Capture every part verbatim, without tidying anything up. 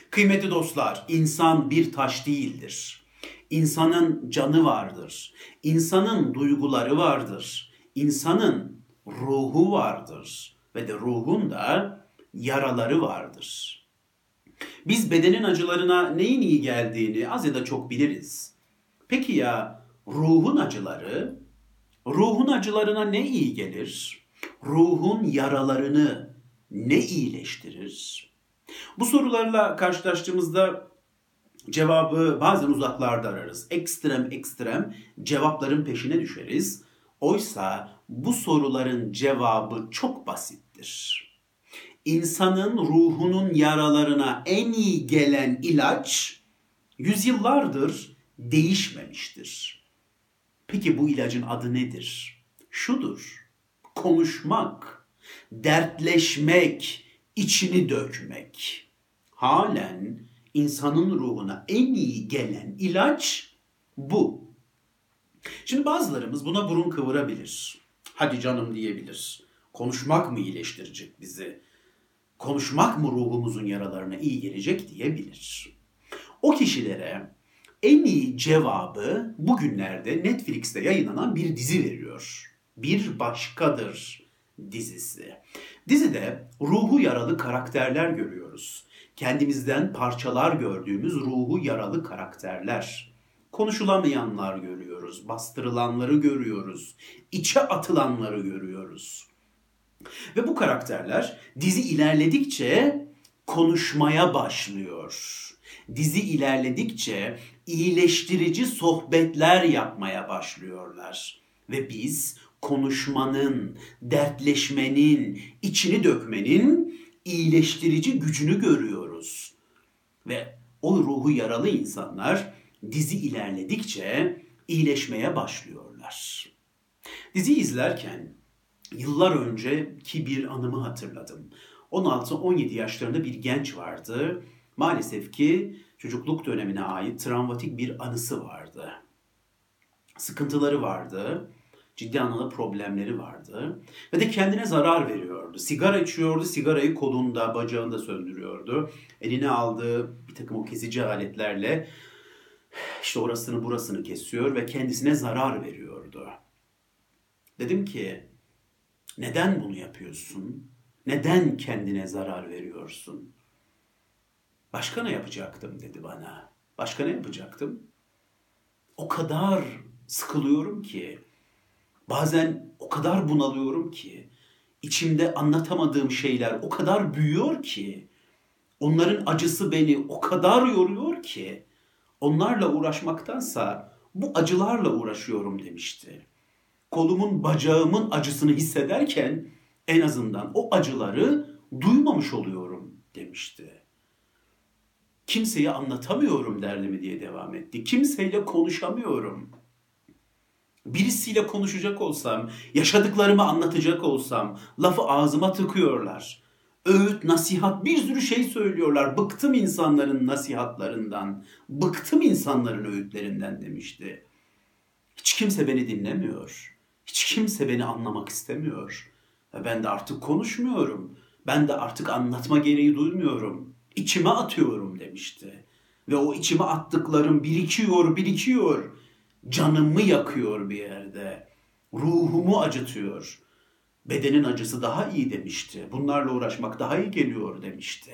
Kıymetli dostlar, insan bir taş değildir. İnsanın canı vardır. İnsanın duyguları vardır. İnsanın ruhu vardır. Ve de ruhun da yaraları vardır. Biz bedenin acılarına neyin iyi geldiğini az ya da çok biliriz. Peki ya ruhun acıları? Ruhun acılarına ne iyi gelir? Ruhun yaralarını ne iyileştirir? Bu sorularla karşılaştığımızda cevabı bazen uzaklarda ararız. Ekstrem ekstrem cevapların peşine düşeriz. Oysa bu soruların cevabı çok basittir. İnsanın ruhunun yaralarına en iyi gelen ilaç yüzyıllardır değişmemiştir. Peki bu ilacın adı nedir? Şudur: konuşmak, dertleşmek, içini dökmek. Halen insanın ruhuna en iyi gelen ilaç bu. Şimdi bazılarımız buna burun kıvırabilir. Hadi canım diyebilir. Konuşmak mı iyileştirecek bizi? Konuşmak mı ruhumuzun yaralarına iyi gelecek diyebilir. O kişilere en iyi cevabı bugünlerde Netflix'te yayınlanan bir dizi veriyor. Bir Başkadır dizisi. Dizide ruhu yaralı karakterler görüyoruz. Kendimizden parçalar gördüğümüz ruhu yaralı karakterler. Konuşulamayanlar görüyoruz, bastırılanları görüyoruz, içe atılanları görüyoruz. Ve bu karakterler dizi ilerledikçe konuşmaya başlıyor. Dizi ilerledikçe iyileştirici sohbetler yapmaya başlıyorlar. Ve biz konuşmanın, dertleşmenin, içini dökmenin iyileştirici gücünü görüyoruz. Ve o ruhu yaralı insanlar dizi ilerledikçe iyileşmeye başlıyorlar. Dizi izlerken yıllar önceki bir anımı hatırladım. on altı on yedi yaşlarında bir genç vardı. Maalesef ki çocukluk dönemine ait travmatik bir anısı vardı. Sıkıntıları vardı. Ciddi anlamda problemleri vardı. Ve de kendine zarar veriyordu. Sigara içiyordu. Sigarayı kolunda, bacağında söndürüyordu. Eline aldığı bir takım o kesici aletlerle işte orasını burasını kesiyor ve kendisine zarar veriyordu. Dedim ki, neden bunu yapıyorsun? Neden kendine zarar veriyorsun? Başka ne yapacaktım dedi bana. Başka ne yapacaktım? O kadar sıkılıyorum ki, bazen o kadar bunalıyorum ki, içimde anlatamadığım şeyler o kadar büyüyor ki, onların acısı beni o kadar yoruyor ki, onlarla uğraşmaktansa bu acılarla uğraşıyorum demişti. Kolumun, bacağımın acısını hissederken en azından o acıları duymamış oluyorum demişti. Kimseye anlatamıyorum derdimi diye devam etti. Kimseyle konuşamıyorum. Birisiyle konuşacak olsam, yaşadıklarımı anlatacak olsam lafı ağzıma tıkıyorlar. Öğüt, nasihat, bir sürü şey söylüyorlar. Bıktım insanların nasihatlarından, bıktım insanların öğütlerinden demişti. Hiç kimse beni dinlemiyor. Hiç kimse beni anlamak istemiyor. Ve ben de artık konuşmuyorum. Ben de artık anlatma gereği duymuyorum. İçime atıyorum demişti. Ve o içime attıklarım birikiyor, birikiyor. Canımı yakıyor bir yerde. Ruhumu acıtıyor. Bedenin acısı daha iyi demişti. Bunlarla uğraşmak daha iyi geliyor demişti.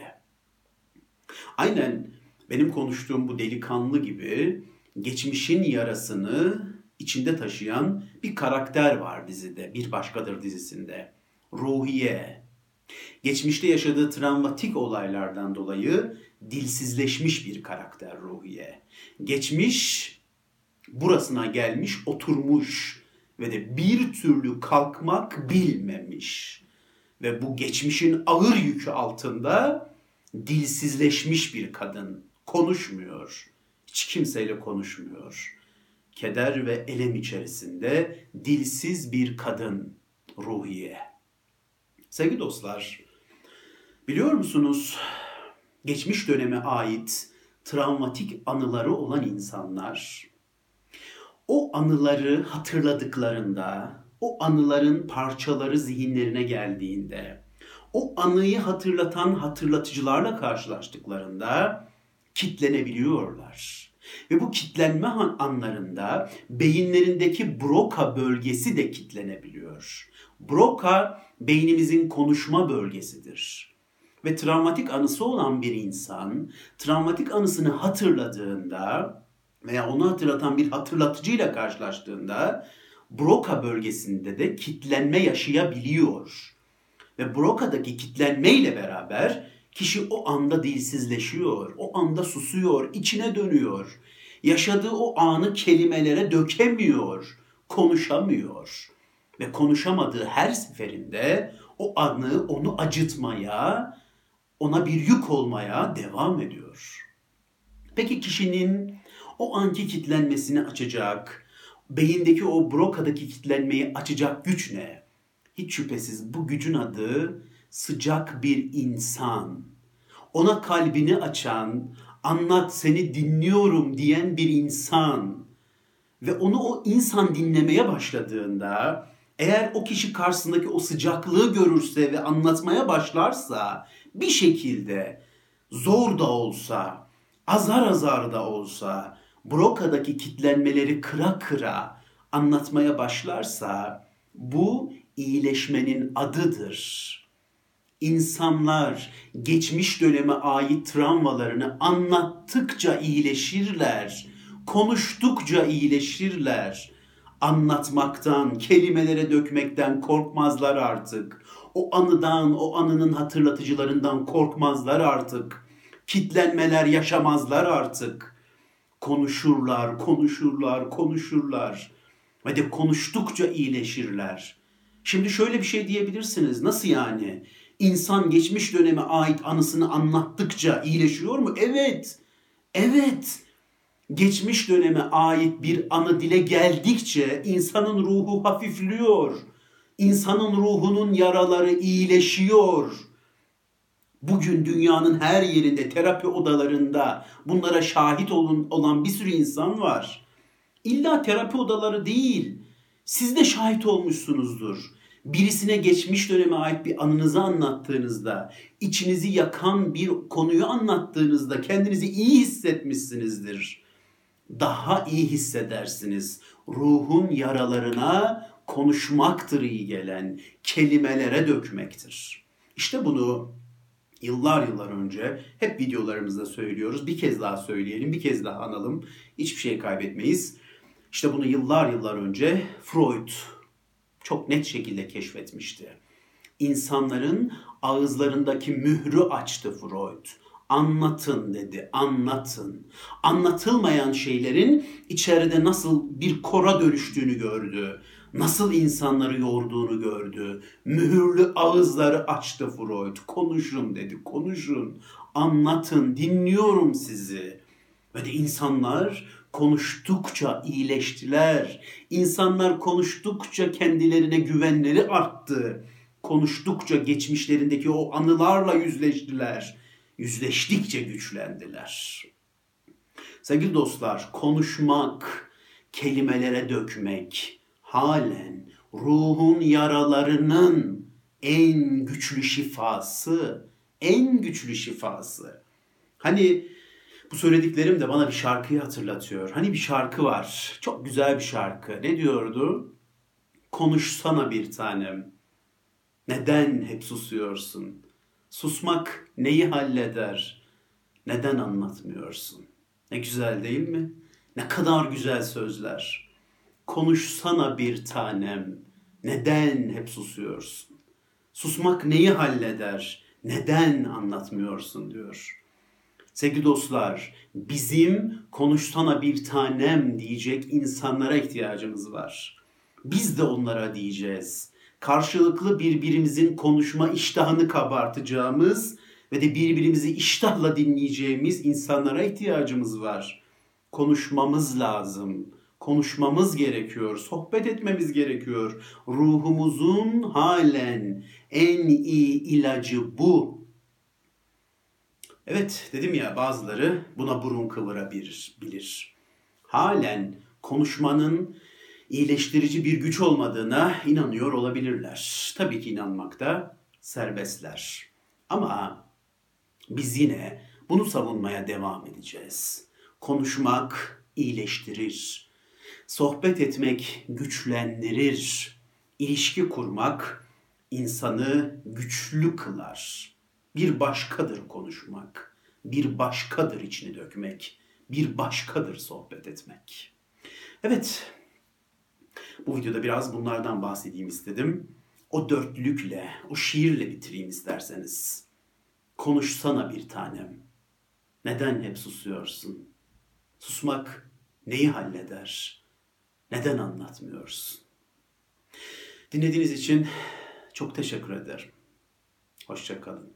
Aynen benim konuştuğum bu delikanlı gibi geçmişin yarasını içinde taşıyan bir karakter var dizide. Bir Başkadır dizisinde. Ruhiye. Geçmişte yaşadığı travmatik olaylardan dolayı dilsizleşmiş bir karakter Ruhiye. Geçmiş burasına gelmiş, oturmuş ve de bir türlü kalkmak bilmemiş. Ve bu geçmişin ağır yükü altında dilsizleşmiş bir kadın. Konuşmuyor. Hiç kimseyle konuşmuyor. Keder ve elem içerisinde dilsiz bir kadın Ruhiye. Sevgili dostlar, biliyor musunuz? Geçmiş döneme ait travmatik anıları olan insanlar, o anıları hatırladıklarında, o anıların parçaları zihinlerine geldiğinde, o anıyı hatırlatan hatırlatıcılarla karşılaştıklarında kitlenebiliyorlar. Ve bu kitlenme anlarında beyinlerindeki Broca bölgesi de kitlenebiliyor. Broca beynimizin konuşma bölgesidir. Ve travmatik anısı olan bir insan, travmatik anısını hatırladığında veya onu hatırlatan bir hatırlatıcıyla karşılaştığında Broca bölgesinde de kitlenme yaşayabiliyor. Ve Broca'daki kitlenmeyle beraber kişi o anda dilsizleşiyor, o anda susuyor, içine dönüyor. Yaşadığı o anı kelimelere dökemiyor, konuşamıyor. Ve konuşamadığı her seferinde o anı onu acıtmaya, ona bir yük olmaya devam ediyor. Peki kişinin o anki kitlenmesini açacak, beyindeki o Broca'daki kitlenmeyi açacak güç ne? Hiç şüphesiz bu gücün adı sıcak bir insan. Ona kalbini açan, anlat seni dinliyorum diyen bir insan. Ve onu o insan dinlemeye başladığında, eğer o kişi karşısındaki o sıcaklığı görürse ve anlatmaya başlarsa, bir şekilde zor da olsa, azar azar da olsa, Broca'daki kitlenmeleri kıra kıra anlatmaya başlarsa, bu iyileşmenin adıdır. İnsanlar geçmiş döneme ait travmalarını anlattıkça iyileşirler, konuştukça iyileşirler. Anlatmaktan, kelimelere dökmekten korkmazlar artık. O anıdan, o anının hatırlatıcılarından korkmazlar artık. Kitlenmeler yaşamazlar artık. Konuşurlar, konuşurlar, konuşurlar. Ve de konuştukça iyileşirler. Şimdi şöyle bir şey diyebilirsiniz. Nasıl yani? İnsan geçmiş döneme ait anısını anlattıkça iyileşiyor mu? Evet. Evet. Geçmiş döneme ait bir anı dile geldikçe insanın ruhu hafifliyor. İnsanın ruhunun yaraları iyileşiyor. Bugün dünyanın her yerinde, terapi odalarında bunlara şahit olun, olan bir sürü insan var. İlla terapi odaları değil, siz de şahit olmuşsunuzdur. Birisine geçmiş döneme ait bir anınızı anlattığınızda, içinizi yakan bir konuyu anlattığınızda kendinizi iyi hissetmişsinizdir. Daha iyi hissedersiniz. Ruhun yaralarına konuşmaktır iyi gelen, kelimelere dökmektir. İşte bunu yıllar yıllar önce hep videolarımızda söylüyoruz. Bir kez daha söyleyelim, bir kez daha analım. Hiçbir şey kaybetmeyiz. İşte bunu yıllar yıllar önce Freud çok net şekilde keşfetmişti. İnsanların ağızlarındaki mührü açtı Freud. Anlatın dedi, anlatın. Anlatılmayan şeylerin içeride nasıl bir kora dönüştüğünü gördü. Nasıl insanları yorduğunu gördü. Mühürlü ağızları açtı Freud. Konuşun dedi, konuşun. Anlatın, dinliyorum sizi. Ve de insanlar konuştukça iyileştiler. İnsanlar konuştukça kendilerine güvenleri arttı. Konuştukça geçmişlerindeki o anılarla yüzleştiler. Yüzleştikçe güçlendiler. Sevgili dostlar, konuşmak, kelimelere dökmek halen ruhun yaralarının en güçlü şifası, en güçlü şifası. Hani bu söylediklerim de bana bir şarkıyı hatırlatıyor. Hani bir şarkı var, çok güzel bir şarkı. Ne diyordu? Konuşsana bir tanem. Neden hep susuyorsun? Susmak neyi halleder? Neden anlatmıyorsun? Ne güzel değil mi? Ne kadar güzel sözler. Konuşsana bir tanem. Neden hep susuyorsun? Susmak neyi halleder? Neden anlatmıyorsun diyor. Sevgili dostlar, bizim konuşsana bir tanem diyecek insanlara ihtiyacımız var. Biz de onlara diyeceğiz. Karşılıklı birbirimizin konuşma iştahını kabartacağımız ve de birbirimizi iştahla dinleyeceğimiz insanlara ihtiyacımız var. Konuşmamız lazım. Konuşmamız gerekiyor. Sohbet etmemiz gerekiyor. Ruhumuzun halen en iyi ilacı bu. Evet, dedim ya, bazıları buna burun kıvırabilir. Bilir. Halen konuşmanın iyileştirici bir güç olmadığına inanıyor olabilirler. Tabii ki inanmakta serbestler. Ama biz yine bunu savunmaya devam edeceğiz. Konuşmak iyileştirir. Sohbet etmek güçlendirir. İlişki kurmak insanı güçlü kılar. Bir başkadır konuşmak. Bir başkadır içini dökmek. Bir başkadır sohbet etmek. Evet, bu videoda biraz bunlardan bahsedeyim istedim. O dörtlükle, o şiirle bitireyim isterseniz. Konuşsana bir tanem. Neden hep susuyorsun? Susmak neyi halleder? Neden anlatmıyorsun? Dinlediğiniz için çok teşekkür ederim. Hoşça kalın.